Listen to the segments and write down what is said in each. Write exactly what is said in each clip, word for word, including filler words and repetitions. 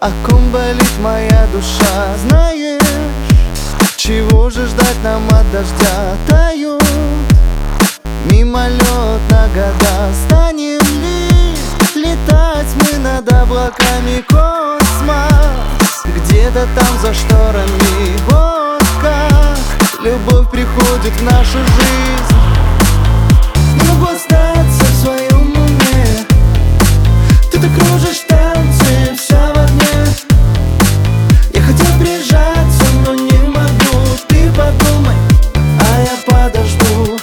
о ком болит моя душа. Знаешь, чего же ждать нам от дождя? Тают мимолетно года. Станем ли летать мы над облаками? Космос где-то там за шторами. Вот как любовь приходит в нашу жизнь. Не могу остаться в своем уме. Ты так кружишь танцы, вся в огне. Я хотел прижаться, но не могу. Ты подумай, а я подожду.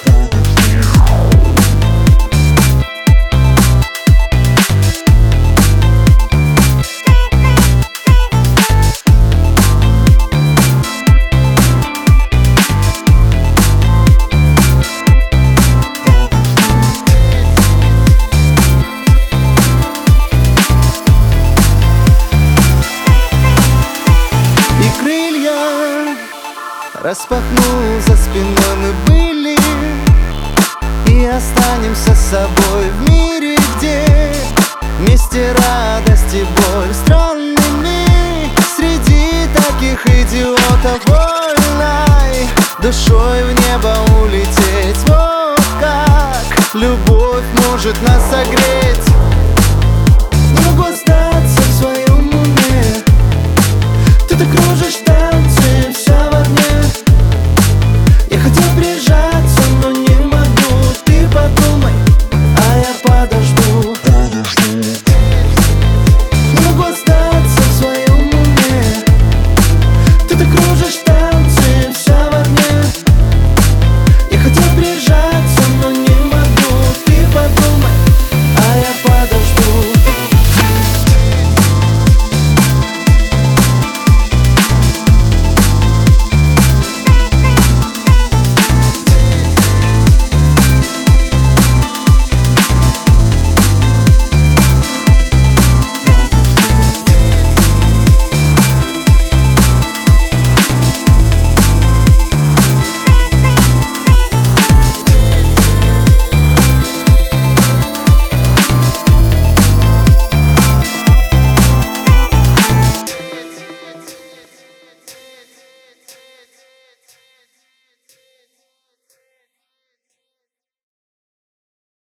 Распахнул за спиной, мы были и останемся с собой в мире, где вместе радость и боль. Странными среди таких идиотов, вольной душой в небо улететь. Вот как любовь может нас согреть.